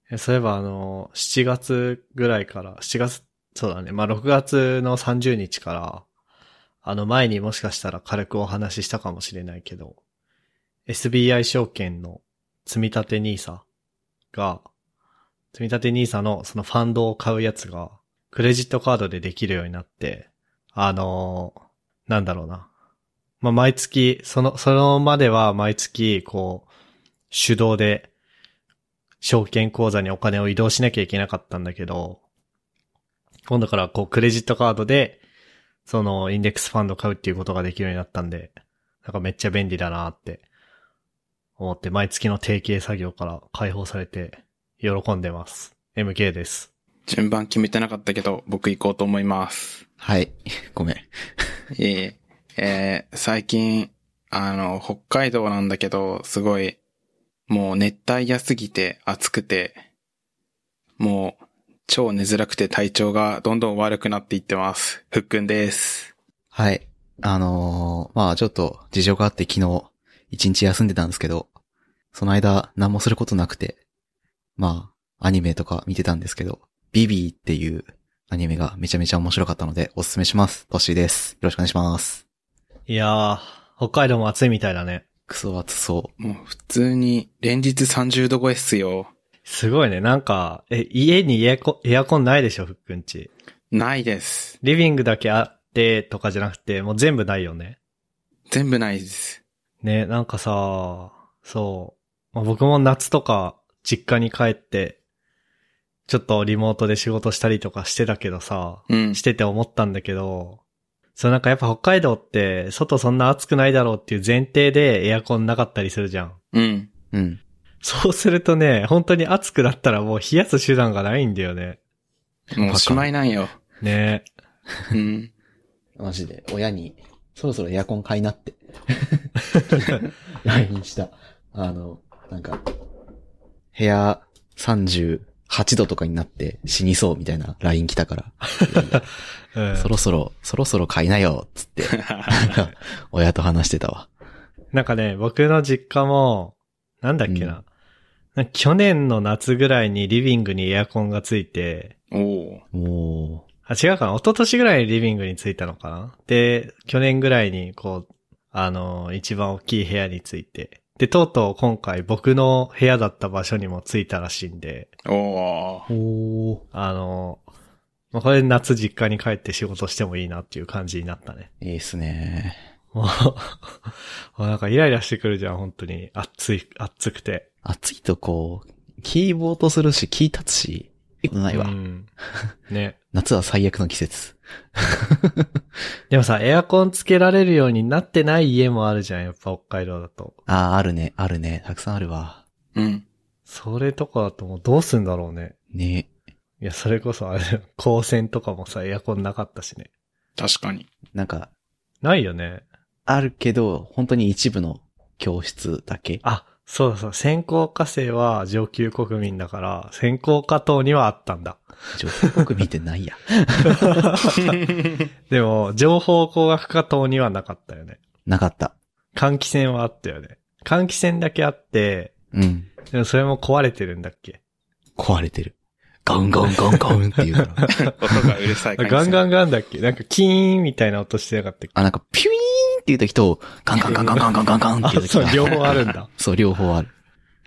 そういえば7月ぐらいから、7月、そうだね。まあ、6月の30日から、前にもしかしたら軽くお話ししたかもしれないけど、SBI 証券の積立 NISA が、積立 NISA のそのファンドを買うやつが、クレジットカードでできるようになって、なんだろうな。まあ、毎月、そのまでは毎月、こう、手動で、証券口座にお金を移動しなきゃいけなかったんだけど、今度からこう、クレジットカードで、その、インデックスファンド買うっていうことができるようになったんで、なんかめっちゃ便利だなって思って、毎月の定型作業から解放されて、喜んでます。MK です。 順番決めてなかったけど、僕行こうと思います。 はい。ごめん。 最近、北海道なんだけど、すごい、もう熱帯夜すぎて暑くて、もう超寝づらくて体調がどんどん悪くなっていってます。ふっくんです。 はい。まあちょっと事情があって昨日一日休んでたんですけど、その間何もすることなくて、まあアニメとか見てたんですけど、ビビーっていうアニメがめちゃめちゃ面白かったのでおすすめします。トッシーです。よろしくお願いします。 いやー、北海道も暑いみたいだね。 クソ暑そもう普通に連日30度超えっすよ。 すごいね。なんか、家にエアコンないでしょ、ふっくんち。 ないです。 リビングだけあってとかじゃなくて、もう全部ないよね。 全部ないです。 ね、なんかさ、そう。まあ、僕も夏とか実家に帰って、ちょっとリモートで仕事したりとかしてたけどさ、してて思ったんだけど、そうなんかやっぱ北海道って外そんな暑くないだろうっていう前提でエアコンなかったりするじゃん。 うん。 そうするとね、本当に暑くなったらもう冷やす手段がないんだよね。 もうおしまいなんよ。 ね。 マジで、親に、そろそろエアコン買いなって。LINE した。なんか、部屋38度とかになって死にそうみたいな LINE 来たから。そろそろ買いなよ、つって。親と話してたわ。 なんかね、僕の実家も、なんだっけな。なんか去年の夏ぐらいにリビングにエアコンがついて、 おー。 違うかな、一昨年ぐらいにリビングについたのかな。で、去年ぐらいにこう、一番大きい部屋について。で、とうとう今回僕の部屋だった場所にもついたらしいんで。まあ、これで夏実家に帰って仕事してもいいなっていう感じになったね。 いいっすね。 もうなんかイライラしてくるじゃん、本当に。暑くて。 暑いとこう、キーボードするし、気立つし、いいことないわ。 ね。 夏は最悪の季節。 でもさ、エアコンつけられるようになってない家もあるじゃん、やっぱ北海道だと。 あるね。たくさんあるわ。 それとかだともうどうすんだろうね。 ね。 いや、それこそあれ、光線とかもさ、エアコンなかったしね。 確かに。 なんか、 ないよね。 あるけど、本当に一部の教室だけ。 あ、そうそう、専攻科生は上級国民だから、専攻科等にはあったんだ。 上級国民ってないや。 でも、情報工学科等にはなかったよね。 なかった。 換気扇はあったよね。換気扇だけあって、でもそれも壊れてるんだっけ？ 壊れてる。ガンガンガンガンっていうから。 音がうるさい感じ。 ガンガンガンだっけ？なんかキーンみたいな音してなかったっけ？ なんかピュイーンっていう時と、ガンガンガンガンガンガンガンガンっていう時。 そう、両方あるんだ。 そう、両方ある。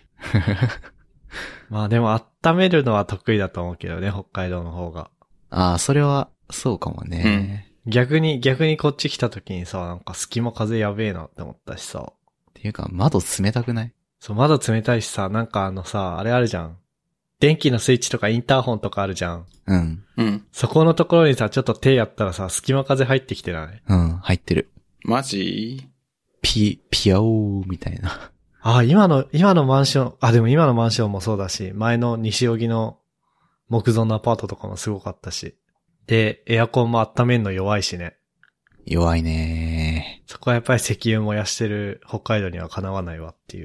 まあでも温めるのは得意だと思うけどね、北海道の方が。 それは、そうかもね。 逆にこっち来た時にさ、なんか隙間風やべえなって思ったしさ。 っていうか、窓冷たくない？ そう、窓冷たいしさ、なんかあれあるじゃん。電気のスイッチとかインターホンとかあるじゃん。そこのところにさ、ちょっと手やったらさ、隙間風入ってきてない？ 入ってる。 マジ？ ピアオーみたいな。 今のマンション、でも今のマンションもそうだし、前の西荻の木造のアパートとかもすごかったし。で、エアコンも温めんの弱いしね。 弱いね。 そこはやっぱり石油燃やしてる北海道にはかなわないわっていう。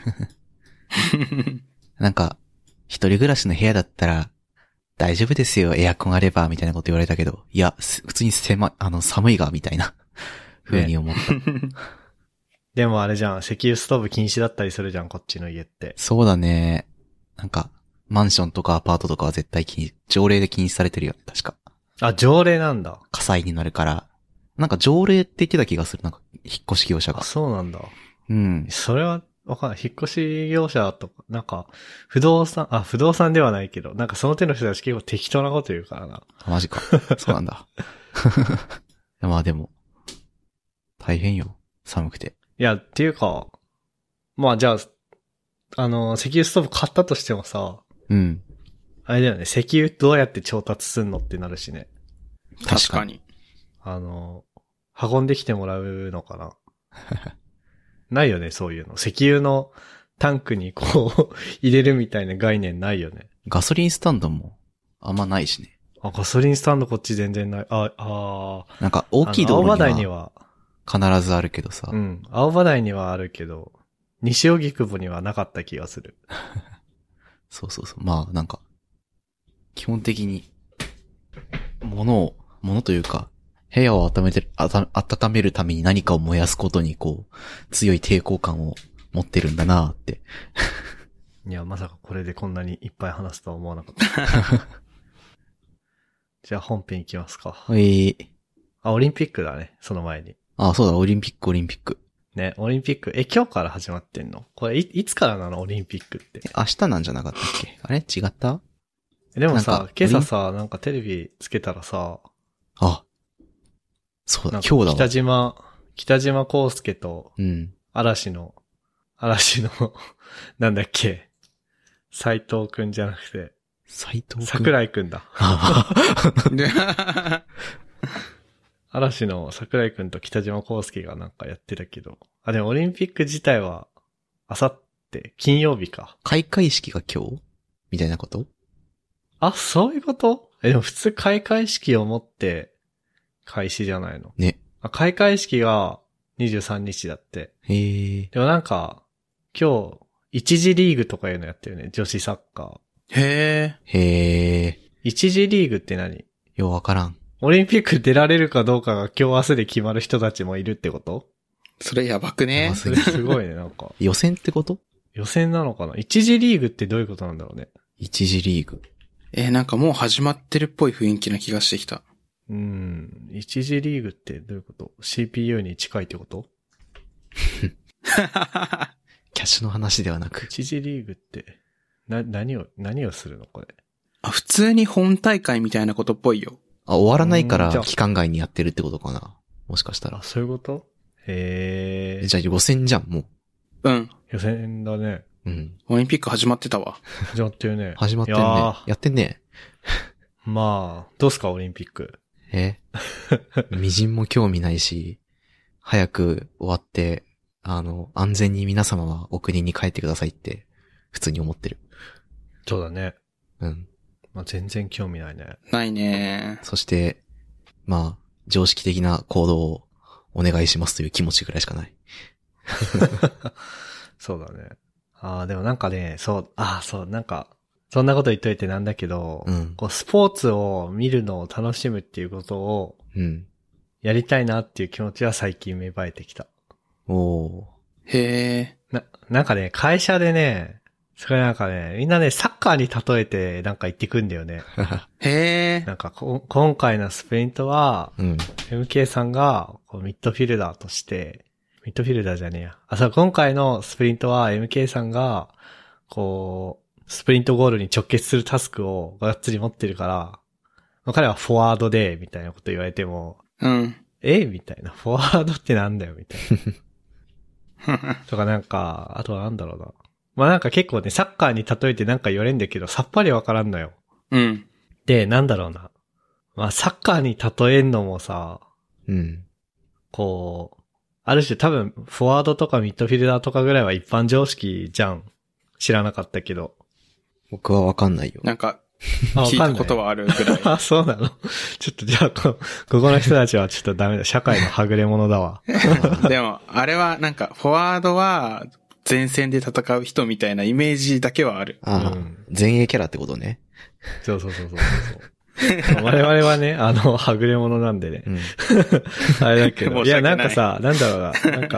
なんか、一人暮らしの部屋だったら、大丈夫ですよ、エアコンあれば、みたいなこと言われたけど、いや、普通に寒いが、みたいな、風に思った。 でもあれじゃん、石油ストーブ禁止だったりするじゃん、こっちの家って。 そうだね。なんか、 マンションとかアパートとかは絶対条例で禁止されてるよね、確か。 あ、条例なんだ。 火災になるから。なんか条例って言ってた気がする。なんか、引っ越し業者があ、。そうなんだ。 うん。 それは、わかんない。引っ越し業者とか、なんか、不動産ではないけど、なんかその手の人たち結構適当なこと言うからな。 あ、マジか。そうなんだ。いやまあでも、大変よ。寒くて。 いや、っていうか、まあじゃあ、石油ストーブ買ったとしてもさ、 うん。 あれだよね、石油どうやって調達すんのってなるしね。 確かに。 運んできてもらうのかな。ないよね、そういうの。石油のタンクにこう、入れるみたいな概念ないよね。 ガソリンスタンドもあんまないしね。 あ、ガソリンスタンドこっち全然ない。 なんか大きい道青葉台路にには、 は必ずあるけどさ。 うん、青葉台にはあるけど、西荻窪にはなかった気がする。 そうそうそう。まあなんか、基本的に、物というか、部屋を温めるために何かを燃やすことにこう、強い抵抗感を持ってるんだなって。 いや、まさかこれでこんなにいっぱい話すとは思わなかった。じゃあ本編行きますか。あ、オリンピックだね、その前に。 あ、そうだ、オリンピック。 ね、オリンピック。今日から始まってんの？これいつからなのオリンピックって。 明日なんじゃなかったっけ？あれ違った？ でもさなんか、 今朝さ、なんかテレビつけたらさ、 あ、そうだ、 なんか今日だわ。 北島康介とうん。 嵐の、なんだっけ、斉藤くんじゃなくて、 斉藤くん。 桜井くんだ。嵐の桜井くんと北島康介がなんかやってたけど。あ、でもオリンピック自体は、あさって金曜日か。 開会式が今日みたいなこと？ あ、そういうこと？でも普通開会式をもって開始じゃないの。 ね。 あ、開会式が23日だって。 へえ。 でもなんか、今日、一次リーグとかいうのやってるね。女子サッカー。 へえ。 へえ。 一次リーグって何？ ようわからん。 オリンピック出られるかどうかが今日明日で決まる人たちもいるってこと？ それやばくねやば？ それすごいね、なんか。 予選ってこと？ 予選なのかな？一次リーグってどういうことなんだろうね。 一次リーグ。 なんかもう始まってるっぽい雰囲気な気がしてきた。 一次リーグってどういうこと？ CPU に近いってこと？ キャッシュの話ではなく。 一次リーグって、何をするのこれ。 あ、普通に本大会みたいなことっぽいよ。 あ、終わらないかじゃあら期間外にやってるってことかな。もしかしたらあ、。そういうこと？へー。 じゃあ予選じゃん、もうん。 予選だね。 う。うん。 オリンピック始まってたわ。 始まってるね。 始まってんね。 いややってんね。 まあ、どうすかオリンピック。 微塵も興味ないし、早く終わって、安全に皆様はお国に帰ってくださいって、普通に思ってる。 そうだね。 うん。 まあ、全然興味ないね。 ないね。 そして、まあ、常識的な行動をお願いしますという気持ちぐらいしかない。 そうだね。でもなんかね、なんか、そんなこと言っといてなんだけど、 うんこうスポーツを見るのを楽しむっていうことをうん。 やりたいなっていう気持ちは最近芽生えてきた。 おー。 へえ。 なんかね、会社でね、それなんかね、みんなね、サッカーに例えてなんか言ってくんだよね。 へえ。 なんか今回のスプリントは、 うん。 MK さんがこうミッドフィルダーとして、ミッドフィルダーじゃねえや。今回のスプリントは MK さんが、こう、スプリントゴールに直結するタスクをがっつり持ってるから、彼はフォワードで、みたいなこと言われても、 うん。 みたいな。フォワードってなんだよ、みたいな。とかなんか、あとはなんだろうな。まあなんか結構ね、サッカーに例えてなんか言われんだけど、さっぱりわからんのよ。 うん。 で、なんだろうな。まあサッカーに例えんのもさ、 うん。 こう、ある種多分、フォワードとかミッドフィルダーとかぐらいは一般常識じゃん。知らなかったけど。 僕はわかんないよ。 なんか、 あ、わ聞いかんない。 たことはあるぐらい。 あ、そうなの。ちょっとじゃあ、ここの人たちはちょっとダメだ。社会のはぐれ者だわ。 でも、あれはなんか、フォワードは前線で戦う人みたいなイメージだけはある。 ああ、 うん前衛キャラってことね。 そう。我々はね、はぐれ者なんでね。 うん。 あれだけど。いや、 申し訳なないんかさ、なんだろうな。なんか、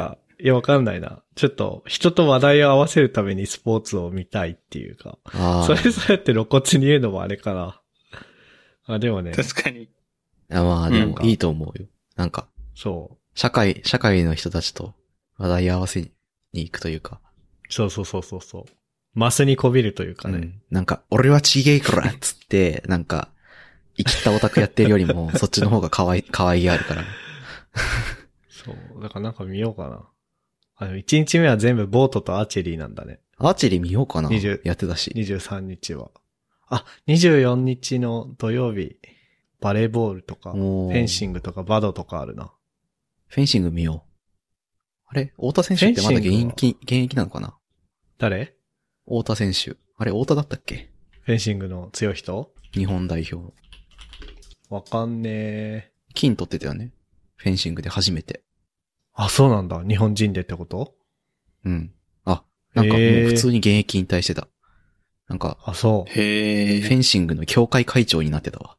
いや、わかんないな。ちょっと、人と話題を合わせるためにスポーツを見たいっていうか。 ああ。 それそうやって露骨に言うのもあれかな。あ、でもね。 確かに。 いやまあでもなんかいいと思うよ。なんか、 そう。 社会の人たちと話題合わせに行くというか。 そうそうそうそうそう。マスにこびるというかね。 うん。なんか、俺はちげえからっつって、なんか、生きったオタクやってるよりも、そっちの方が可愛げあるから。 そう。だからなんか見ようかな。1日目は全部ボートとアーチェリーなんだね。 アーチェリー見ようかな。 20 やってたし。 23日は。あ、24日の土曜日、バレーボールとか、フェンシングとかバドとかあるな。 フェンシング見よう。あれ太田選手ってまだ現役なのかな？ 誰？ 太田選手。あれ太田だったっけ？ フェンシングの強い人？ 日本代表。 わかんねえ。 金取ってたよね。フェンシングで初めて。 あ、そうなんだ。日本人でってこと？ うん。あ、なんかもう普通に現役引退してた。なんか、 あ、そう。 へフェンシングの協会会長になってたわ。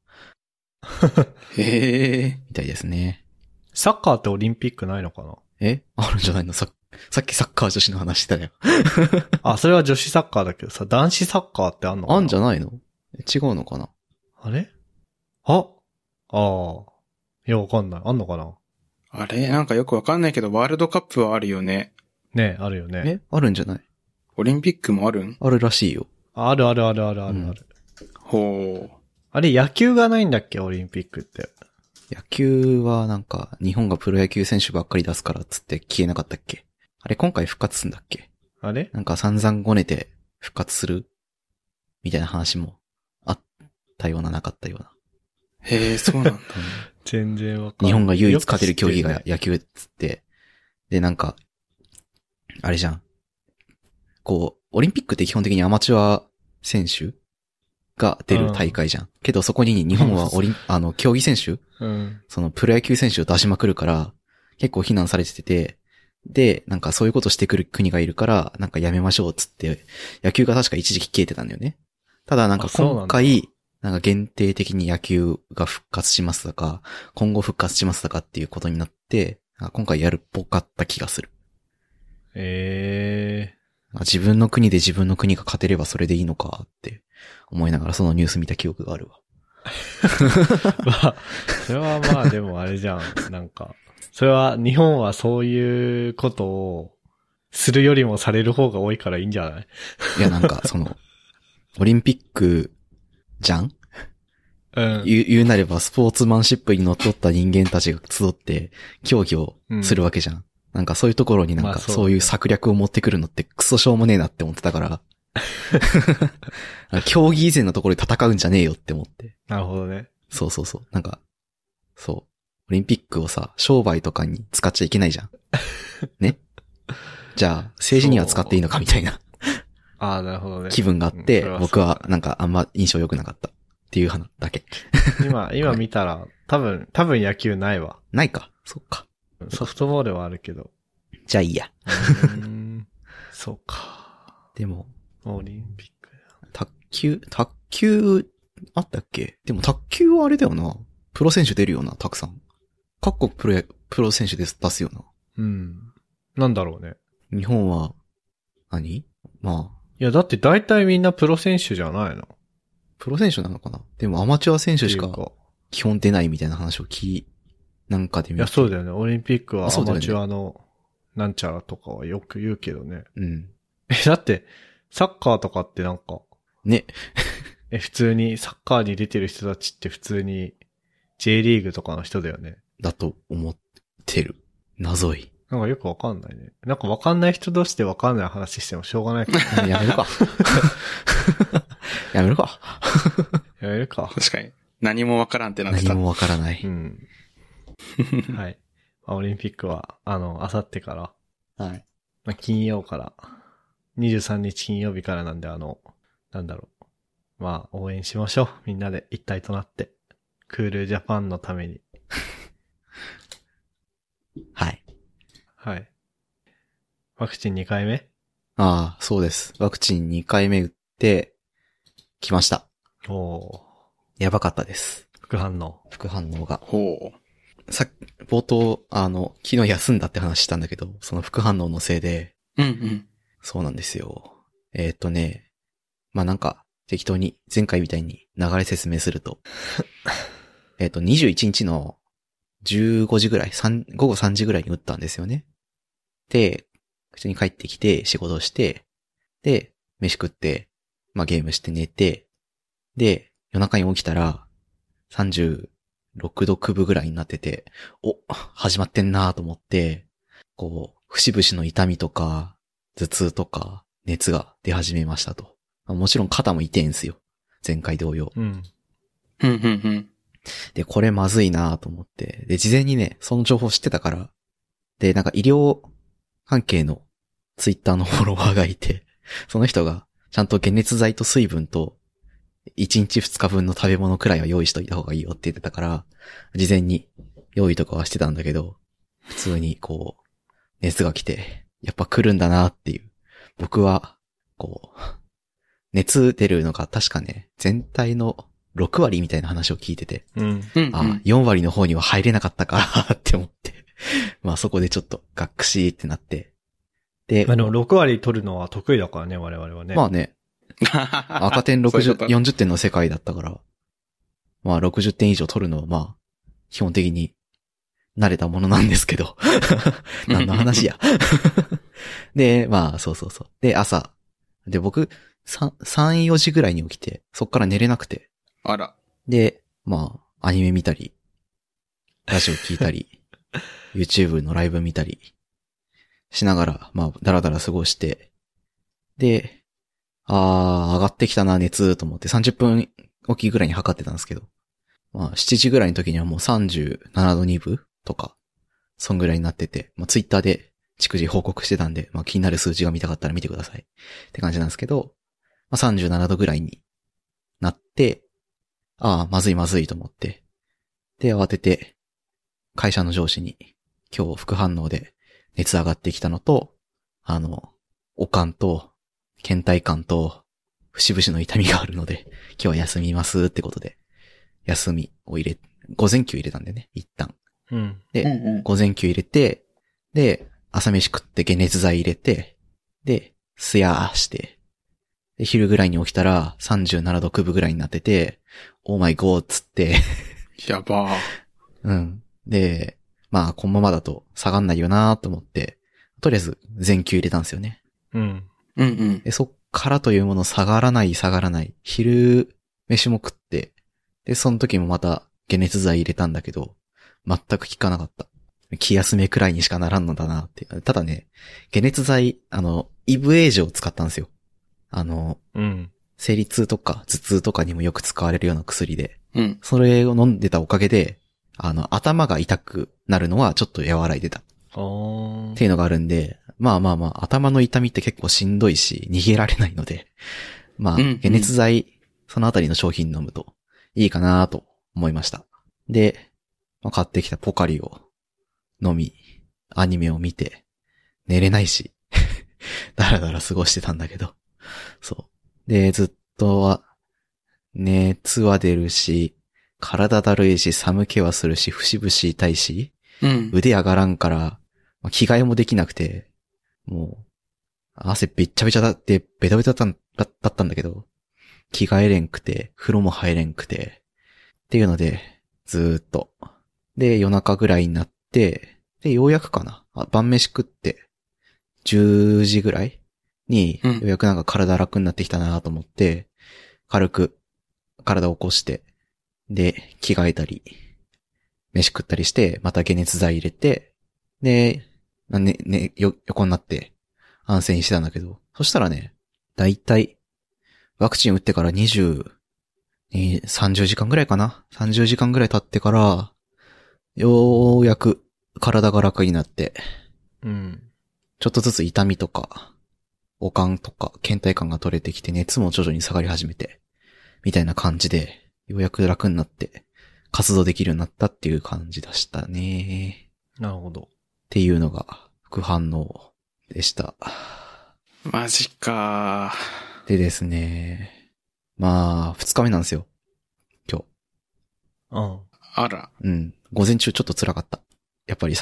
へえ。 みたいですね。 サッカーってオリンピックないのかな？ あるんじゃないの？さっきサッカー女子の話してたよ。 あ、それは女子サッカーだけどさ、男子サッカーってあんのかな？ あんじゃないの？違うのかな？ あれ？ああ。いや、わかんない。あんのかな？ あれなんかよくわかんないけど、ワールドカップはあるよね。 ねあるよね。 あるんじゃない？ オリンピックもあるん？ あるらしいよ。 あるあるあるあるあるある。 うんほう。 あれ、野球がないんだっけオリンピックって。 野球はなんか、日本がプロ野球選手ばっかり出すからっつって消えなかったっけ？あれ今回復活すんだっけ？ あれ？ なんか散々ごねて復活するみたいな話もあったようななかったような。 へえ、そうなんだ。 全然わかんない。 日本が唯一勝てる競技よく知ってるねが野球っつって。で、なんか、あれじゃん。こう、オリンピックって基本的にアマチュア選手が出る大会じゃん。けどそこに日本は競技選手うん。 そのプロ野球選手を出しまくるから、結構非難されてて、で、なんかそういうことしてくる国がいるから、なんかやめましょうっつって、野球が確か一時期消えてたんだよね。ただなんか今回、なんか限定的に野球が復活しますとか、今後復活しますとかっていうことになって、今回やるっぽかった気がする。自分の国で自分の国が勝てればそれでいいのかって思いながらそのニュース見た記憶があるわ。 まあ、それはまあでもあれじゃん。なんか、それは日本はそういうことをするよりもされる方が多いからいいんじゃない？ いやなんかオリンピックじゃん？ うん。 言うなればスポーツマンシップにのっとった人間たちが集って競技をするわけじゃん。なんかそういうところになんかそういう策略を持ってくるのってクソしょうもねえなって思ってたから。競技以前のところで戦うんじゃねえよって思って。 なるほどね。 そうそうそう。なんか、そう。オリンピックをさ、商売とかに使っちゃいけないじゃん。ね？じゃあ、政治には使っていいのかみたいな。 ああ、なるほどね。 気分があって、 うん、 僕はなんかあんま印象良くなかったっていう話だけ。 今見たら、多分野球ないわ。 ないか。そっか。 ソフトボールはあるけど。 じゃあいいや。 そうか。 でも、 オリンピック。 卓球、あったっけ？でも卓球はあれだよな。プロ選手出るよな、たくさん。各国プロ選手出すよな。 うん。なんだろうね。 日本は、まあ。 いや、だって大体みんなプロ選手じゃないの？ プロ選手なのかな？でもアマチュア選手しか基本出ないみたいな話をなんかで見て。 いや、そうだよね。オリンピックはアマチュアのなんちゃらとかはよく言うけどね。 うん。 だって、サッカーとかってなんか。 ね。 普通にサッカーに出てる人たちって普通に J リーグとかの人だよね。 だと思ってる。謎い。 なんかよくわかんないね。なんかわかんない人同士でわかんない話してもしょうがないから、 ね。やめるか。やめるか。 やめるか。 確かに。何もわからんってなってた。 何もわからない。 うん。はい。オリンピックは、あさってから。 はい。 まあ、金曜から。23日金曜日からなんでなんだろう。まあ、応援しましょう。みんなで一体となって。クールジャパンのために。 はい。 はい。ワクチン2回目？ ああ、そうです。ワクチン2回目打って、来ました。 おー。 やばかったです。 副反応が。 ほう。 冒頭、昨日休んだって話したんだけど、その副反応のせいで、 うんうん。 そうなんですよ。まあ、なんか、適当に前回みたいに流れ説明すると、21日の15時ぐらい、午後3時ぐらいに打ったんですよね。で、普通に帰ってきて仕事して、で、飯食って、まあ、ゲームして寝て、で、夜中に起きたら、36度9分ぐらいになってて、始まってんなと思って、こう、節々の痛みとか、頭痛とか、熱が出始めましたと。もちろん肩も痛いんですよ。前回同様。 うん。 うんうんうん。 で、これまずいなと思って。で、事前にね、その情報知ってたから。で、なんか医療関係のツイッターのフォロワーがいて、その人がちゃんと解熱剤と水分と1日2日分の食べ物くらいは用意しといた方がいいよって言ってたから、事前に用意とかはしてたんだけど、普通にこう、熱が来て、やっぱ来るんだなっていう。僕は、こう、熱出るのが確かね、全体の6割みたいな話を聞いてて、 うん。 うんうん。 あ、4割の方には入れなかったかって思って、まあそこでちょっとがっくしーってなって、で、 6割取るのは得意だからね、我々はね。 まあね、赤点60、 そういうこと 40点の世界だったから、まあ60点以上取るのはまあ、基本的に慣れたものなんですけど、何の話や。で、まあ、そうそうそう。で、朝。で、僕、3、4時ぐらいに起きて、そっから寝れなくて。 あら。 で、まあ、アニメ見たり、ラジオ聞いたり、YouTube のライブ見たり、しながら、まあ、だらだら過ごして、で、上がってきたな、熱、と思って30分おきぐらいに測ってたんですけど、まあ、7時ぐらいの時にはもう37度2分とか、そんぐらいになってて、まあ、Twitter で逐次報告してたんで、まあ、気になる数字が見たかったら見てください。って感じなんですけど、まあ、37度ぐらいになって、まずいまずいと思って、で、慌てて、会社の上司に、今日副反応で熱上がってきたのと、悪寒と、倦怠感と、節々の痛みがあるので、今日は休みますってことで、休みを午前休入れたんでね、一旦。 うん。 で、 うんうん。 午前休入れて、で、朝飯食って解熱剤入れて、で、すやーして、で、昼ぐらいに起きたら37度9分ぐらいになってて、オーマイゴーっつって、 やばー。 うん。で、まあ、このままだと下がんないよなーと思って、とりあえず全休入れたんですよね。 うん。 うんうん。 で、そっからというもの下がらない。昼飯も食って、で、その時もまた解熱剤入れたんだけど、全く効かなかった。気休めくらいにしかならんのだなって。ただね、解熱剤、イブエージを使ったんですよ。 うん。 生理痛とか頭痛とかにもよく使われるような薬で、 うん。 それを飲んでたおかげで、頭が痛くなるのはちょっと和らいでた。っていうのがあるんで、まあ、頭の痛みって結構しんどいし、逃げられないので、まあ、 うんうん解熱剤、そのあたりの商品飲むといいかなと思いました。で、まあ、買ってきたポカリを飲み、アニメを見て、寝れないし、だらだら過ごしてたんだけど、そう。で、ずっとは、熱は出るし、体だるいし、寒気はするし、節々痛いし、 うん。 腕上がらんから、まあ着替えもできなくて、もう、汗べっちゃべちゃだって、ベタベタだったんだけど、着替えれんくて、風呂も入れんくて、っていうので、ずーっと。で、夜中ぐらいになって、で、ようやくかな。晩飯食って、10時ぐらいに、 うんようやくなんか体楽になってきたなと思って、軽く体を起こして、で、着替えたり、飯食ったりして、また解熱剤入れて、で、横になって安静にしてたんだけど、そしたらね、だいたいワクチン打ってから30時間ぐらいかな ?30 時間ぐらい経ってから、ようやく体が楽になって、 うん。 ちょっとずつ痛みとか、悪寒とか、倦怠感が取れてきて、熱も徐々に下がり始めて、みたいな感じで、ようやく楽になって、活動できるようになったっていう感じでしたね。 なるほど。 っていうのが副反応でした。 マジかでですね、まあ、2日目なんですよ。今日。 うん。 あら。 うん。午前中ちょっと辛かった。やっぱり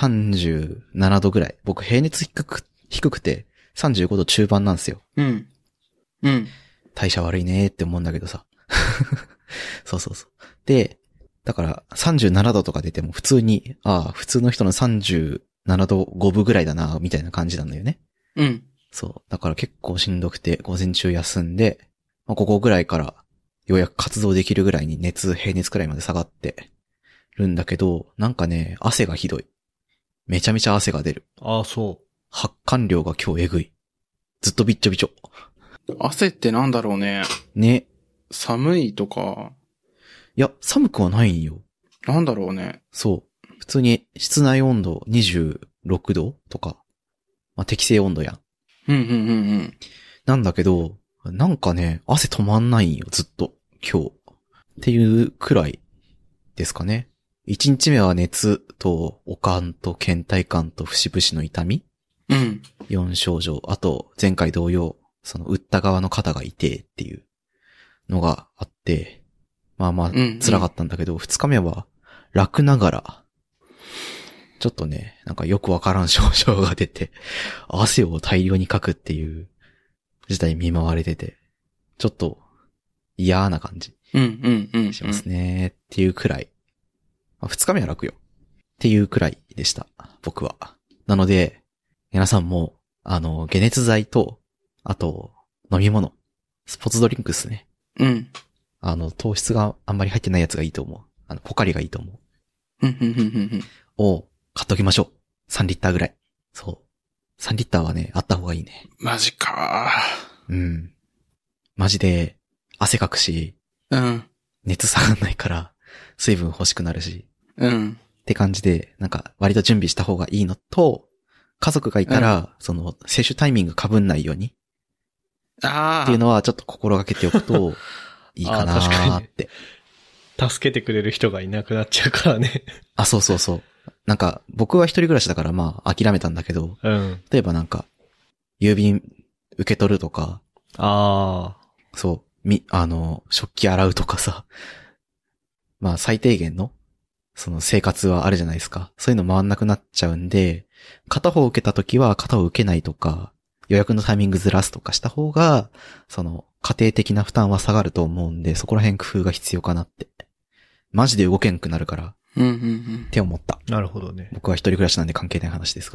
37度ぐらい。僕平熱低くて35度中盤なんですよ。 うん。うん。 代謝悪いねーって思うんだけどさ。そうそうそう。で、だから37度とか出ても普通に、普通の人の37度5分ぐらいだな、みたいな感じなんだよね。 うん。 そう。だから結構しんどくて、午前中休んで、ここぐらいからようやく活動できるぐらいに平熱くらいまで下がってるんだけど、なんかね、汗がひどい。めちゃめちゃ汗が出る。 ああ、そ発汗量が今日えぐい。ずっとびっちょびちょ。 汗ってなんだろうね。 ね。 寒いとか、 いや、寒くはないんよ。 なんだろうね。 そう。普通に室内温度26度とか、まあ、適正温度やん。 うんうんうんうん。 なんだけど、なんかね、汗止まんないんよ、ずっと。今日。っていうくらいですかね。1日目は熱と、悪寒と、倦怠感と、節々の痛み。 うん。 4症状。あと、前回同様、打った側の肩が痛いっていうのがあって、まあまあ、辛かったんだけど、2日目は楽ながら、ちょっとね、なんかよくわからん症状が出て、汗を大量にかくっていう事態に見舞われてて、ちょっと嫌な感じうんうんうん。 しますねっていうくらい。まあ、2日目は楽よ。っていうくらいでした。僕は。なので、皆さんも、解熱剤と、あと、飲み物、スポーツドリンクですね。 うん。 糖質があんまり入ってないやつがいいと思う。ポカリがいいと思う。 うんうんうんうん。 を買っときましょう。3リッターぐらい。そう。3リッターはね、あった方がいいね。 マジかうん。マジで、汗かくし、 うん。 熱下がんないから、水分欲しくなるし。 うん。 って感じで、なんか、割と準備した方がいいのと、家族がいたら、接種タイミング被んないように。 ああ。 っていうのはちょっと心がけておくと、いいかなーって。 助けてくれる人がいなくなっちゃうからね。 あ、そうそうそう。なんか、僕は一人暮らしだからまあ、諦めたんだけど、 うん。 例えばなんか、郵便受け取るとか、 ああ。 そう、食器洗うとかさ、まあ最低限の、生活はあるじゃないですか。そういうの回んなくなっちゃうんで、片方受けた時は片方受けないとか、予約のタイミングずらすとかした方が、家庭的な負担は下がると思うんで、そこら辺工夫が必要かなって。マジで動けんくなるから、 うんうんうん。 って思った。 なるほどね。 僕は一人暮らしなんで関係ない話ですが。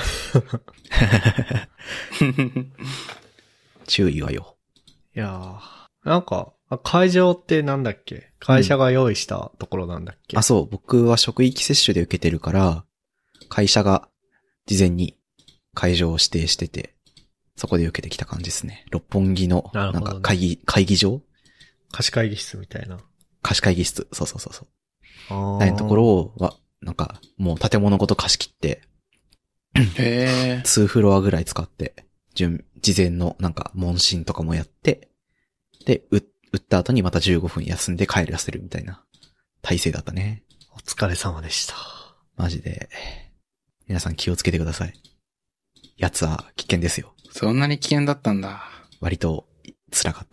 注意はよ。 いやー、なんか、会場ってなんだっけ？会社が用意したところなんだっけ？ あ、そう。僕は職域接種で受けてるから、会社が事前に会場を指定してて、そこで受けてきた感じですね。六本木の、なんか会議場？ 貸し会議室みたいな。 貸し会議室。そうそうそうそう。 ああ。 ないところを、なんか、もう建物ごと貸し切って、 へー。 2フロアぐらい使って、事前のなんか問診とかもやって、で、打った後にまた15分休んで帰らせるみたいな体制だったね。 お疲れ様でした。 マジで。皆さん気をつけてください。やつは危険ですよ。 そんなに危険だったんだ。 割と辛かった。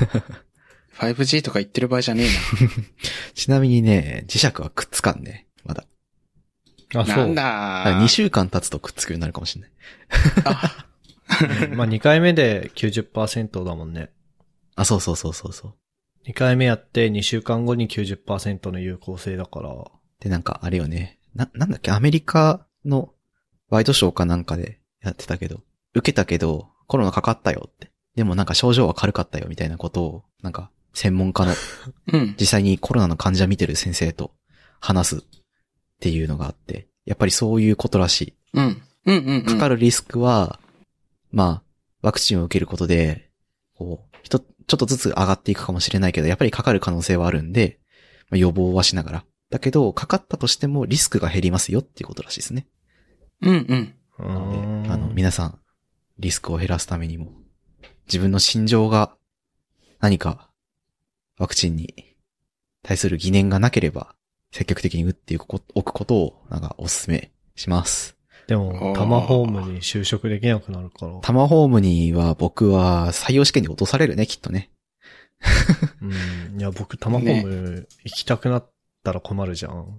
5G とか言ってる場合じゃねえちなみにね、磁石はくっつかんね。まだ。 あ、 な。 そう。 なんだ 2週間経つとくっつくようになるかもしれない。 あ、 まあ2回目で 90% だもんね。 あ、そうそうそうそうそう。 2回目やって2週間後に 90% の有効性だから。 で、なんかあれよね。なんだっけ、アメリカのワイドショーかなんかでやってたけど、受けたけどコロナかかったよって。でもなんか症状は軽かったよみたいなことを、なんか専門家の、 うん。 実際にコロナの患者見てる先生と話すっていうのがあって、やっぱりそういうことらしい。 うん。うんうん、うん。 かかるリスクは、まあ、ワクチンを受けることで、こう、ちょっとずつ上がっていくかもしれないけど、やっぱりかかる可能性はあるんで、まあ、予防はしながら。だけど、かかったとしてもリスクが減りますよっていうことらしいですね。 うんうん。 なので、皆さん、リスクを減らすためにも、自分の心情が何かワクチンに対する疑念がなければ、積極的に打っておくことを、なんかお勧めします。 でも、タマホームに就職できなくなるから。 タマホームには僕は採用試験に落とされるね、きっとね。 うん。いや、僕タマホーム行きたくなっったら困るじゃん。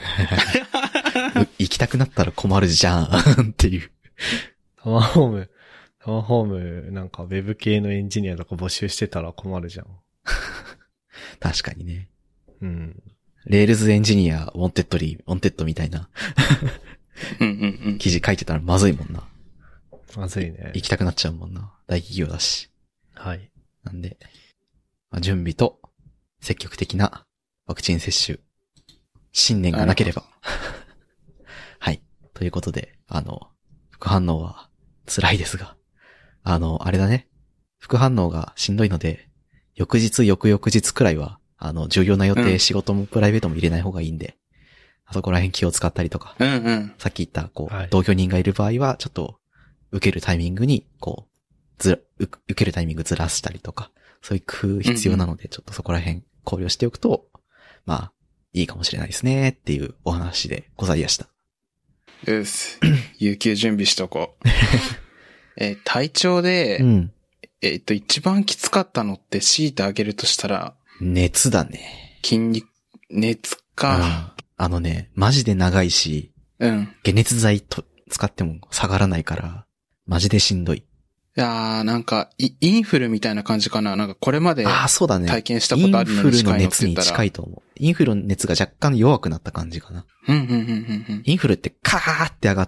行きたくなったら困るじゃんっていう。 タマホームなんかウェブ系のエンジニアとか募集してたら困るじゃん。 確かにね。 うん。 レールズエンジニア、ウォンテッドみたいなうんうんうん。 記事書いてたらまずいもんな。 まずいね。 行きたくなっちゃうもんな。大企業だし。 はい。 なんで、まあ、準備と積極的なワクチン接種、信念がなければ。はい。ということで、副反応は辛いですが、あれだね。副反応がしんどいので、翌日、翌々日くらいは、重要な予定、仕事もプライベートも入れない方がいいんで、あそこら辺気を使ったりとか、 うんうん。 さっき言った、 はい、 同居人がいる場合は、ちょっと、受けるタイミングに、受けるタイミングずらしたりとか、そういう工夫必要なので、ちょっとそこら辺考慮しておくと、まあ、いいかもしれないですね、っていうお話でございました。 です。有給準備しとこう。体調で、 うん。 一番きつかったのって強いてあげるとしたら、 熱だね。 筋肉、熱か。 マジで長いし、 うん。 解熱剤使っても下がらないから、マジでしんどい。 いやー、なんか、インフルみたいな感じかな。なんかこれまでそうだね。 体験したことあるのに近いのって言ったら。 インフルの熱に近いと思う。インフルの熱が若干弱くなった感じかな。インフルってカーって上がって、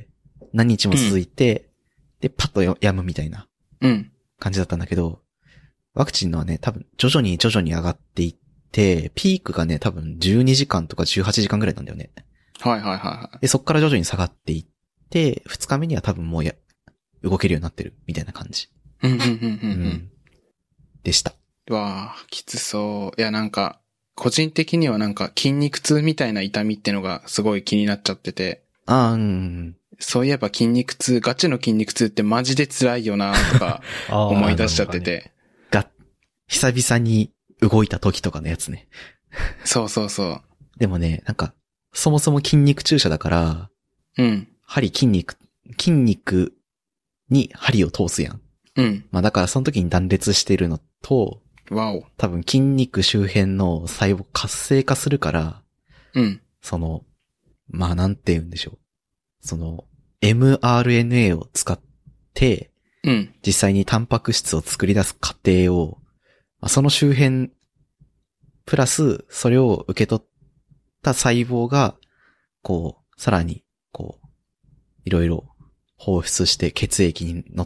何日も続いて、で、パッと止むみたいな感じだったんだけど、ワクチンのはね、多分徐々に上がっていって、ピークがね、多分12時間とか18時間ぐらいなんだよね。 はいはいはい。 で、そっから徐々に下がっていって、2日目には多分もう動けるようになってるみたいな感じ。でした。 うわー、きつそう。いやなんか、個人的にはなんか筋肉痛みたいな痛みってのがすごい気になっちゃってて。そういえばガチの筋肉痛ってマジで辛いよなとか思い出しちゃってて。 久々に動いた時とかのやつね。 そうそうそう。 でもね、なんか、そもそも筋肉注射だから、筋肉に針を通すやん。まあだからその時に断裂してるのと、多分筋肉周辺の細胞活性化するから、まあなんて言うんでしょう。mRNA を使って、実際にタンパク質を作り出す過程を、その周辺、プラス、それを受け取った細胞が、さらに、いろいろ放出して血液に乗って、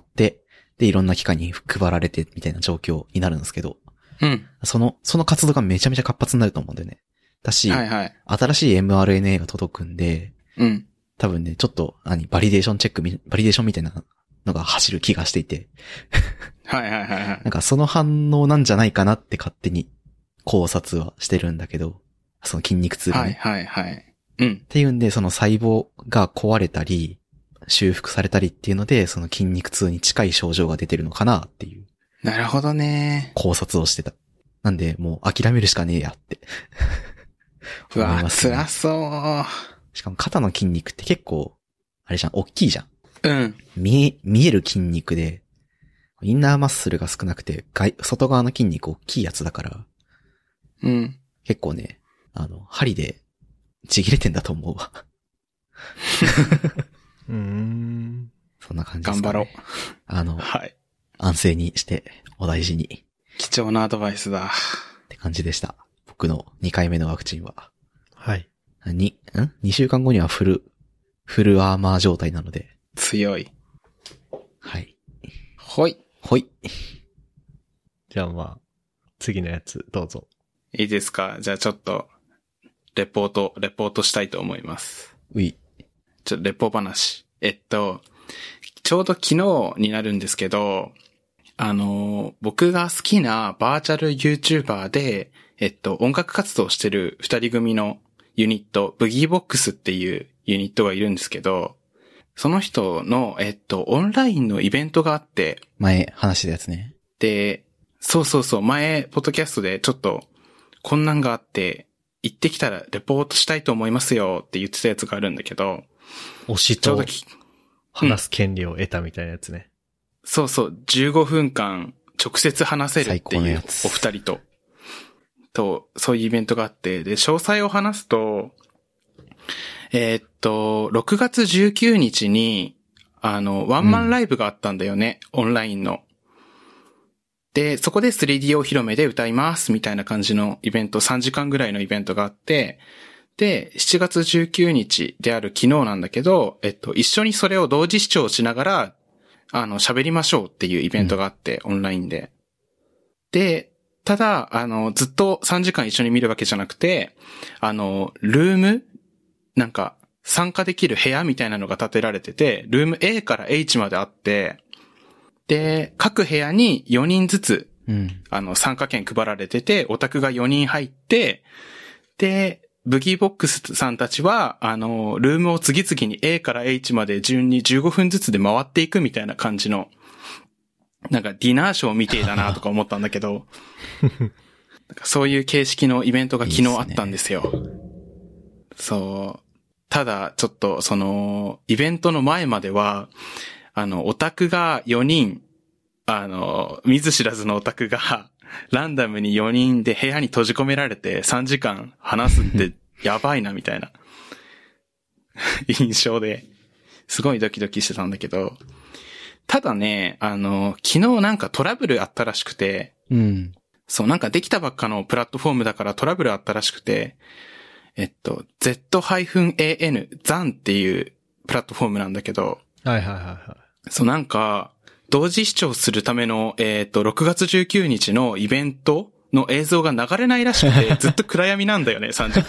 で、いろんな機関に配られて、みたいな状況になるんですけど、その活動がめちゃめちゃ活発になると思うんだよね。だし、新しい mRNA が届くんで、多分ね、ちょっと、バリデーションみたいなのが走る気がしていて。なんかその反応なんじゃないかなって勝手に考察はしてるんだけど、その筋肉痛がね。っていうんで、その細胞が壊れたり、修復されたりっていうので、その筋肉痛に近い症状が出てるのかなっていう。 なるほどね。 考察をしてた。なんで、もう諦めるしかねえやって。 うわ、辛そう。 しかも肩の筋肉って結構、あれじゃん、大きいじゃん。 見える筋肉で、インナーマッスルが少なくて、外側の筋肉大きいやつだから、結構ね、針でちぎれてんだと思うわ。そんな感じですかね。 頑張ろう。 安静にして、お大事に。 貴重なアドバイスだ。 って感じでした。僕の2回目のワクチンは。 はい。 2週間後にはフルアーマー状態なので。 強い。 はい。 ほい。 じゃあまあ、次のやつ、どうぞ。 いいですか？じゃあちょっと、レポートしたいと思います。 レポ話。ちょうど昨日になるんですけど、僕が好きなバーチャル YouTuber で、音楽活動してる二人組のユニット、ブギーボックスっていうユニットがいるんですけど、その人の、オンラインのイベントがあって、 前話したやつね。 で、そう、前、ポッドキャストでちょっと、こんなんがあって、行ってきたらレポートしたいと思いますよって言ってたやつがあるんだけど、 推しと話す権利を得たみたいなやつね。 そう、15分間直接話せるっていうお二人と。 そういうイベントがあって、で、詳細を話すと、6月19日に、ワンマンライブがあったんだよね、オンラインの。で、そこで 3D お披露目で歌いますみたいな感じのイベント、3時間ぐらいのイベントがあって、で、7月19日である昨日なんだけど、一緒にそれを同時視聴しながら、喋りましょうっていうイベントがあって、オンラインで。で、ただ、ずっと3時間一緒に見るわけじゃなくて、ルームなんか、参加できる部屋みたいなのが建てられてて、ルーム A から H まであって、で、各部屋に4人ずつ、参加券配られてて、オタクが4人入って、で、ブギーボックスさんたちは、ルームを次々に A から H まで順に15分ずつで回っていくみたいな感じの、なんかディナーショーみてえだなとか思ったんだけど、なんかそういう形式のイベントが昨日あったんですよ。そう。ただ、ちょっと、イベントの前までは、オタクが4人、見ず知らずのオタクが、ランダムに4人で部屋に閉じ込められて3時間話すってやばいなみたいな印象で、すごいドキドキしてたんだけど、ただね、昨日なんかトラブルあったらしくて、そう、なんかできたばっかのプラットフォームだからトラブルあったらしくて、Z-AN、ZAN っていうプラットフォームなんだけど、 はいはいはいはい。 そうなんか、同時視聴するための、6月19日のイベントの映像が流れないらしくて、ずっと暗闇なんだよね、3時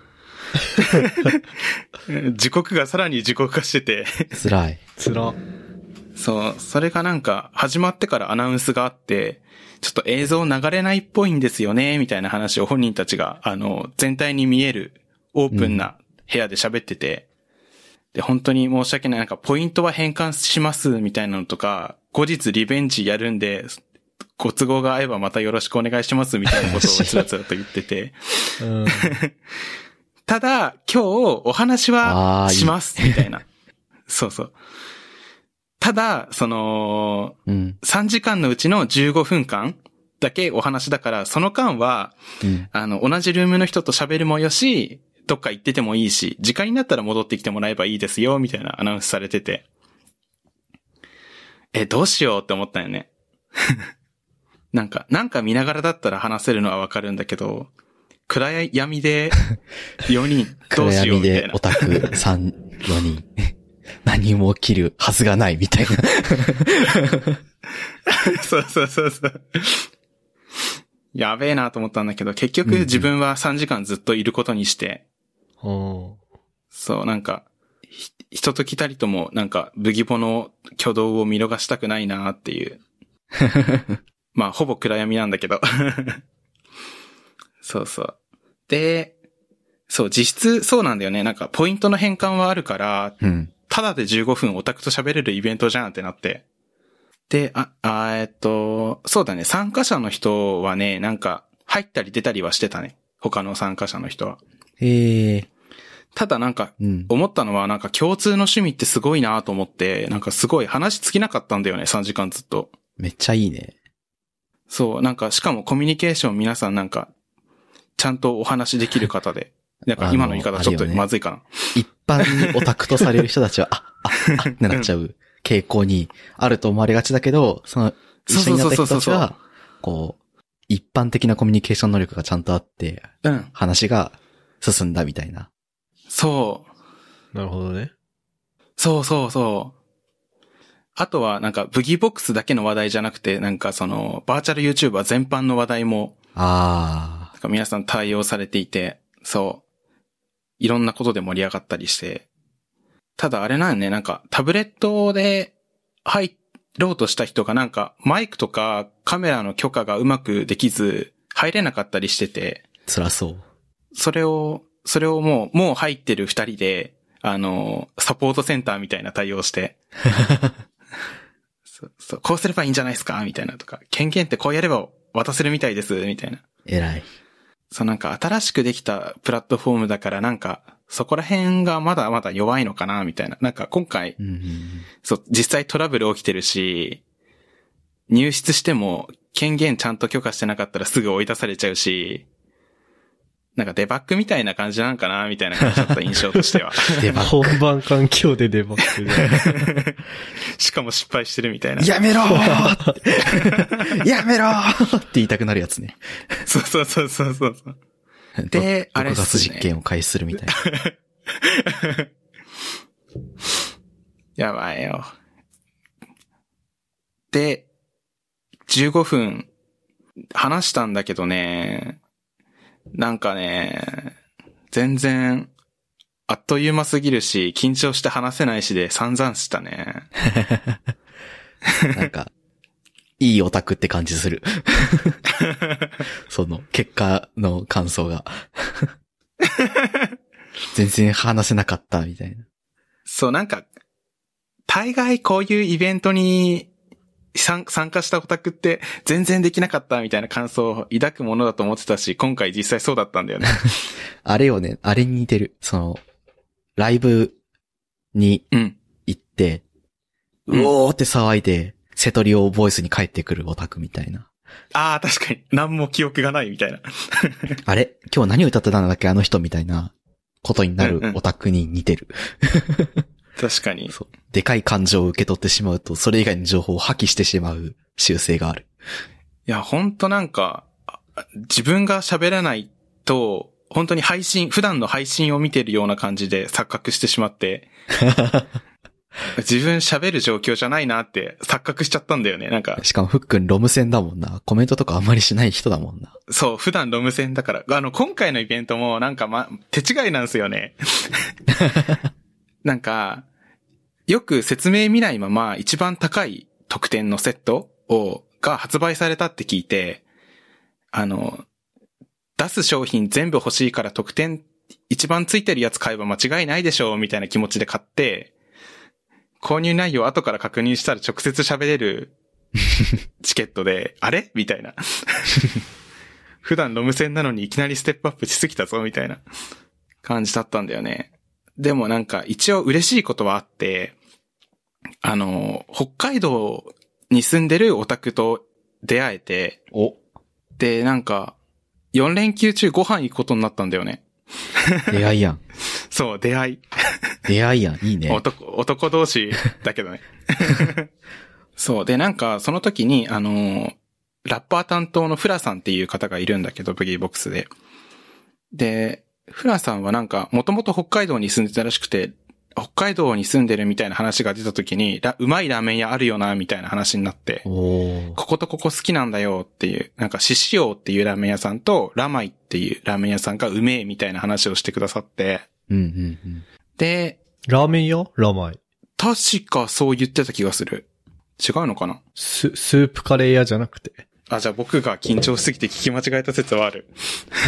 間。時刻がさらに時刻化してて。 辛い。 辛。 そう、それがなんか、始まってからアナウンスがあって、ちょっと映像流れないっぽいんですよね、みたいな話を本人たちが、全体に見えるオープンな部屋で喋ってて、で、本当に申し訳ない、なんかポイントは変換します、みたいなのとか、後日リベンジやるんで、ご都合が合えばまたよろしくお願いします、みたいなことをつらつらと言ってて。ただ、今日お話はします、みたいな。そうそう。ただ、3時間のうちの15分間だけお話だから、その間は、同じルームの人と喋るもよし、どっか行っててもいいし、時間になったら戻ってきてもらえばいいですよ、みたいなアナウンスされてて。どうしようって思ったよね。なんか見ながらだったら話せるのはわかるんだけど、暗闇で4人、どうしようみたいな。 暗闇でオタク3、4人。何も起きるはずがないみたいな。 そうそうそうそう。やべえなと思ったんだけど、結局自分は3時間ずっといることにして、そう、なんか、人と来たりとも、なんか、ブギボの挙動を見逃したくないなっていう。まあ、ほぼ暗闇なんだけど。そうそう。で、そう、実質そうなんだよね。なんか、ポイントの変換はあるから、ただで15分オタクと喋れるイベントじゃんってなって。で、そうだね、参加者の人はね、なんか、入ったり出たりはしてたね。他の参加者の人は。ただなんか、思ったのはなんか共通の趣味ってすごいなと思って、なんかすごい話尽きなかったんだよね、3時間ずっと。 めっちゃいいね。 そう、なんかしかもコミュニケーション皆さんなんか、ちゃんとお話できる方で。なんか今の言い方ちょっとまずいかな。 一般にオタクとされる人たちは、ってなっちゃう傾向にあると思われがちだけど、その、一緒になった人たちは、こう、一般的なコミュニケーション能力がちゃんとあって、話が進んだみたいな。 そう。 なるほどね。 そうそうそう。あとはなんかブギーボックスだけの話題じゃなくて、なんかそのバーチャル YouTuber 全般の話題も、なんか皆さん対応されていて、そう。いろんなことで盛り上がったりして。ただあれなんよね、なんかタブレットで入ろうとした人がなんかマイクとかカメラの許可がうまくできず入れなかったりしてて。 辛そう。 それをもう入ってる二人で、サポートセンターみたいな対応して。そう、こうすればいいんじゃないですかみたいなとか。権限ってこうやれば渡せるみたいですみたいな。 偉い。 そう、なんか新しくできたプラットフォームだからなんか、そこら辺がまだまだ弱いのかなみたいな。なんか今回、そう、実際トラブル起きてるし、入室しても権限ちゃんと許可してなかったらすぐ追い出されちゃうし、 なんかデバッグみたいな感じなんかなみたいな感じだった印象としては。 デバッグ。 本番環境でデバッグで。 しかも失敗してるみたいな。 やめろーってやめろーって言いたくなるやつね。 そうそうそうそうそう。で、あれっすね。 毒ガス実験を開始するみたいな。 やばいよ。で、15分話したんだけどね、なんかね、全然、あっという間すぎるし、緊張して話せないしで散々したね。 なんか、いいオタクって感じする。その、結果の感想が。全然話せなかったみたいな。 そう、なんか、大概こういうイベントに参加したオタクって全然できなかったみたいな感想を抱くものだと思ってたし、今回実際そうだったんだよね。 あれよね、あれに似てる。その、ライブに行って、 うん、 うおーって騒いで、瀬戸リオボイスに帰ってくるオタクみたいな。 ああ、確かに。何も記憶がないみたいな。 あれ今日何歌ってたんだっけあの人みたいなことになるオタクに似てる。 確かに。 そう。でかい感情を受け取ってしまうと、それ以外の情報を破棄してしまう習性がある。 いや、ほんとなんか、自分が喋らないと、本当に普段の配信を見てるような感じで錯覚してしまって、自分喋る状況じゃないなって錯覚しちゃったんだよね、なんか。 しかもふっくんロム線だもんな。コメントとかあんまりしない人だもんな。 そう、普段ロム線だから。今回のイベントもなんか手違いなんですよね。なんか、よく説明見ないまま一番高い特典のセットが発売されたって聞いて、出す商品全部欲しいから特典一番ついてるやつ買えば間違いないでしょみたいな気持ちで買って、購入内容後から確認したら直接喋れるチケットで、あれみたいな。普段ロム線なのにいきなりステップアップしすぎたぞみたいな感じだったんだよね。でもなんか一応嬉しいことはあって、北海道に住んでるオタクと出会えて、で、なんか、4連休中ご飯行くことになったんだよね。 出会いやん。 そう、出会い。 出会いやん、いいね。 男同士だけどね。そう、で、なんか、その時に、ラッパー担当のフラさんっていう方がいるんだけど、ブギーボックスで。で、フラさんはなんか、もともと北海道に住んでたらしくて、北海道に住んでるみたいな話が出た時に、うまいラーメン屋あるよな、みたいな話になって、こことここ好きなんだよっていう、なんか、ししおうっていうラーメン屋さんと、ラマイっていうラーメン屋さんがうめえみたいな話をしてくださって、で、 ラーメン屋ラマイ。 確かそう言ってた気がする。違うのかなスープカレー屋じゃなくて。 あ、じゃあ僕が緊張しすぎて聞き間違えた説はある。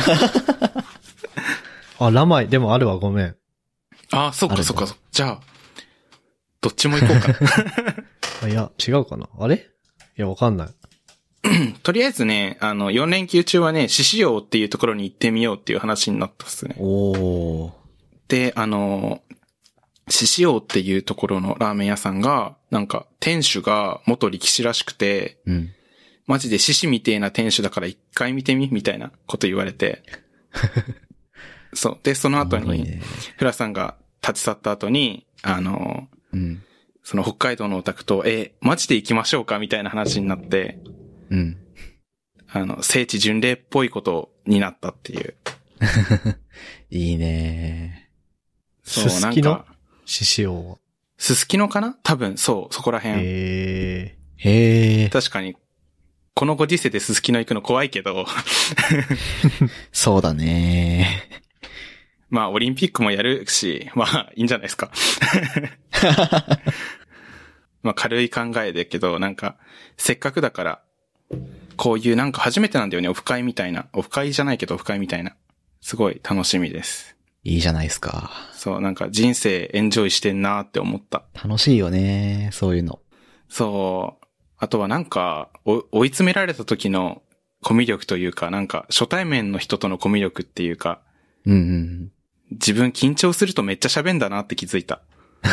あ、ラマイ、でもあるわ、ごめん。 あ、そっかそっか。じゃあ、どっちも行こうか。 いや、違うかな。あれいや、わかんない。 とりあえずね、4連休中はね、獅子王っていうところに行ってみようっていう話になったっすね。で、獅子王っていうところのラーメン屋さんが、なんか、店主が元力士らしくて、マジで獅子みてえな店主だから一回見てみみたいなこと言われて。そう。で、その後に、フラさんが立ち去った後に、その北海道のオタクと、マジで行きましょうかみたいな話になって、聖地巡礼っぽいことになったっていう。 いいねそう、なんか。 獅子王は。 すすきのかな多分、そう、そこら辺。 へー。 確かに、このご時世ですすきの行くの怖いけど。 そうだね。 まあ、オリンピックもやるし、まあ、いいんじゃないですか。まあ、軽い考えだけど、なんか、せっかくだから、こういうなんか初めてなんだよね、オフ会みたいな。オフ会じゃないけどオフ会みたいな。すごい楽しみです。 いいじゃないですか。 そう、なんか人生エンジョイしてんなーって思った。 楽しいよね、そういうの。 そう。あとはなんか、追い詰められた時のコミュ力というか、なんか初対面の人とのコミュ力っていうか、自分緊張するとめっちゃ喋んだなって気づいた。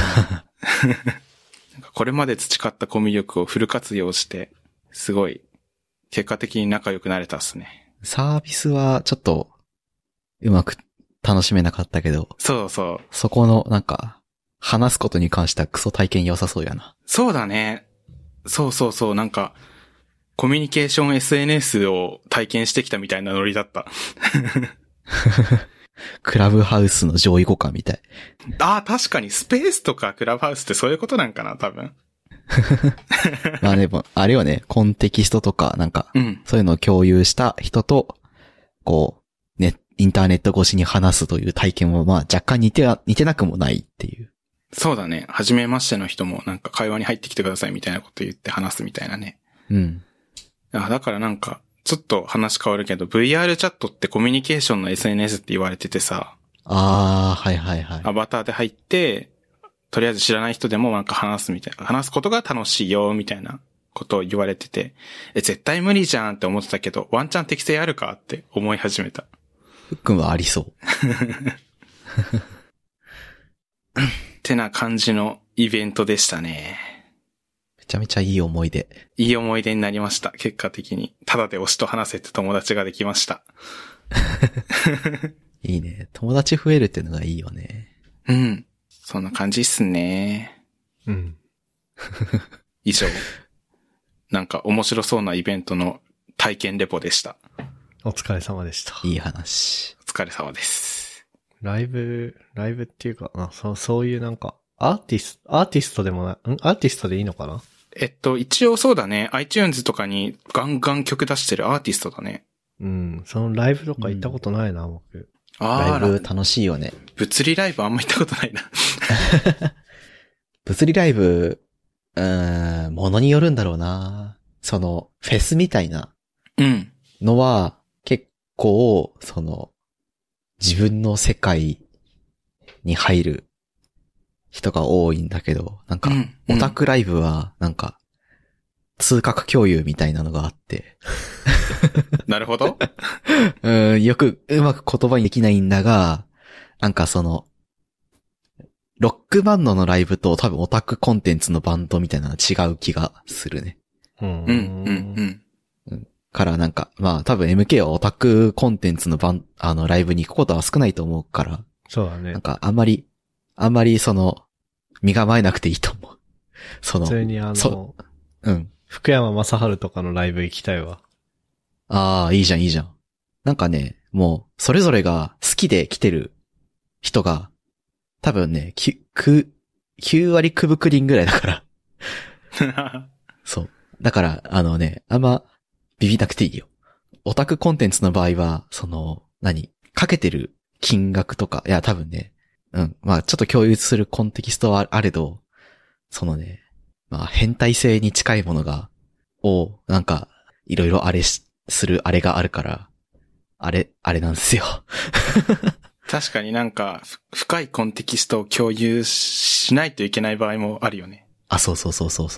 なんかこれまで培ったコミュ力をフル活用して、すごい、結果的に仲良くなれたっすね。 サービスはちょっと、 うまく楽しめなかったけど、 そうそう。 そこのなんか、話すことに関してはクソ体験良さそうやな。 そうだね。そうそうそう。なんか、コミュニケーション SNS を体験してきたみたいなノリだった。 クラブハウスの上位互換みたい。 ああ、確かにスペースとかクラブハウスってそういうことなんかな、多分。 まあでも、あれよね、コンテキストとか、なんか、 うん。 そういうのを共有した人と、こう、ね、インターネット越しに話すという体験も、まあ若干似てなくもないっていう。 そうだね。初めましての人もなんか会話に入ってきてくださいみたいなこと言って話すみたいなね。 うん。 だからなんか、ちょっと話変わるけど、VR チャットってコミュニケーションの SNS って言われててさ。 ああ、はいはいはい。 アバターで入って、とりあえず知らない人でもなんか話すみたいな。話すことが楽しいよ、みたいなことを言われてて。絶対無理じゃんって思ってたけど、ワンチャン適性あるかって思い始めた。 ふっくんはありそう。 ってな感じのイベントでしたね。 めちゃめちゃいい思い出。 いい思い出になりました。結果的に。ただで推しと話せて友達ができました。 いいね。友達増えるっていうのがいいよね。 うん。そんな感じっすね。 うん。 以上。なんか面白そうなイベントの体験レポでした。 お疲れ様でした。 いい話。 お疲れ様です。 ライブっていうか、そういうなんか、アーティストでもない、アーティストでいいのかな？ 一応そうだね。iTunes とかにガンガン曲出してるアーティストだね。 うん。そのライブとか行ったことないな、僕。 ライブ楽しいよね。 物理ライブあんま行ったことないな。 物理ライブ、ものによるんだろうな。その、フェスみたいなのは、結構、自分の世界に入る人が多いんだけど、なんか、オタクライブは、なんか、通覚共有みたいなのがあって。 なるほど。 よくうまく言葉にできないんだが、なんかロックバンドのライブと多分オタクコンテンツのバンドみたいなの違う気がするね。からなんか、まあ多分 MK はオタクコンテンツのライブに行くことは少ないと思うから。 そうだね。 なんかあんまり身構えなくていいと思う。 普通に福山雅治とかのライブ行きたいわ。 ああ、いいじゃんいいじゃん。なんかね、もう、それぞれが好きで来てる人が、多分ね、9割くぶくりんぐらいだから。そう。だから、あんま、ビビなくていいよ。オタクコンテンツの場合は、かけてる金額とか、いや、多分ね、まあ、ちょっと共有するコンテキストはあれど、まあ、変態性に近いものなんか、いろいろするあれがあるから、あれなんですよ。 確かになんか、深いコンテキストを共有しないといけない場合もあるよね。 あ、そう。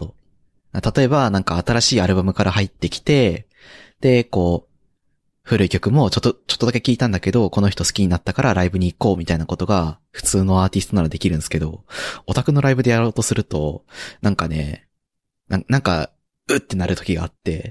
例えば、なんか新しいアルバムから入ってきて、で、こう、古い曲もちょっとだけ聞いたんだけど、この人好きになったからライブに行こうみたいなことが、普通のアーティストならできるんですけど、オタクのライブでやろうとすると、なんかね、なんか、うってなる時があって、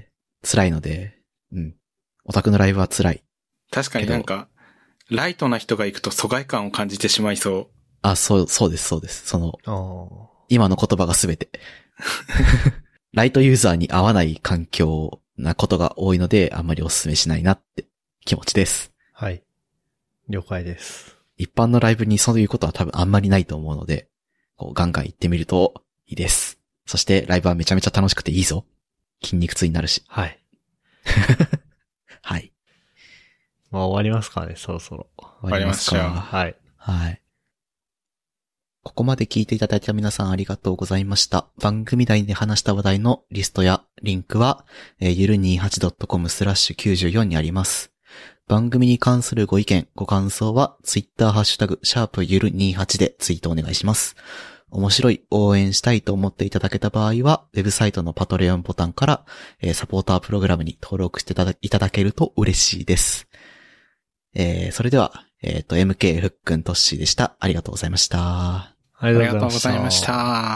辛いので、オタクのライブは辛い。 確かになんか、ライトな人が行くと疎外感を感じてしまいそう。 あ、そうです。今の言葉がすべて。ライトユーザーに合わない環境なことが多いので、あんまりお勧めしないなって気持ちです。 はい。了解です。 一般のライブにそういうことは多分あんまりないと思うので、ガンガン行ってみるといいです。そしてライブはめちゃめちゃ楽しくていいぞ。筋肉痛になるし。 はい。 はい。 まあ終わりますかね、そろそろ。 終わりますか。 はい。 はい。ここまで聞いていただいた皆さんありがとうございました。番組内で話した話題のリストやリンクは、ゆる 28.com/94 にあります。番組に関するご意見、ご感想は、Twitter ハッシュタグ、#ゆる28でツイートお願いします。面白い、応援したいと思っていただけた場合は、ウェブサイトのパトレオンボタンから、サポータープログラムに登録していただけると嬉しいです。それでは、MK ふっくんとっしーでした。ありがとうございました。 ありがとうございました。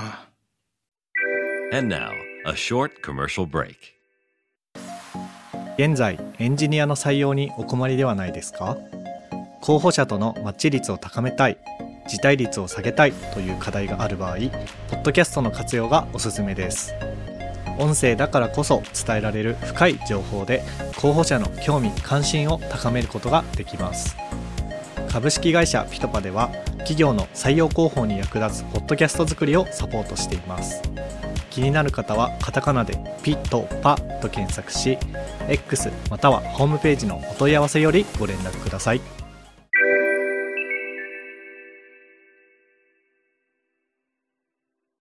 And now, a short commercial break. 現在、エンジニアの採用にお困りではないですか？ 候補者とのマッチ率を高めたい、辞退率を下げたいという課題がある場合、ポッドキャストの活用がおすすめです。音声だからこそ伝えられる深い情報で候補者の興味関心を高めることができます。株式会社ピトパでは企業の採用広報に役立つポッドキャスト作りをサポートしています。気になる方はカタカナでピトパと検索し、X またはホームページのお問い合わせよりご連絡ください。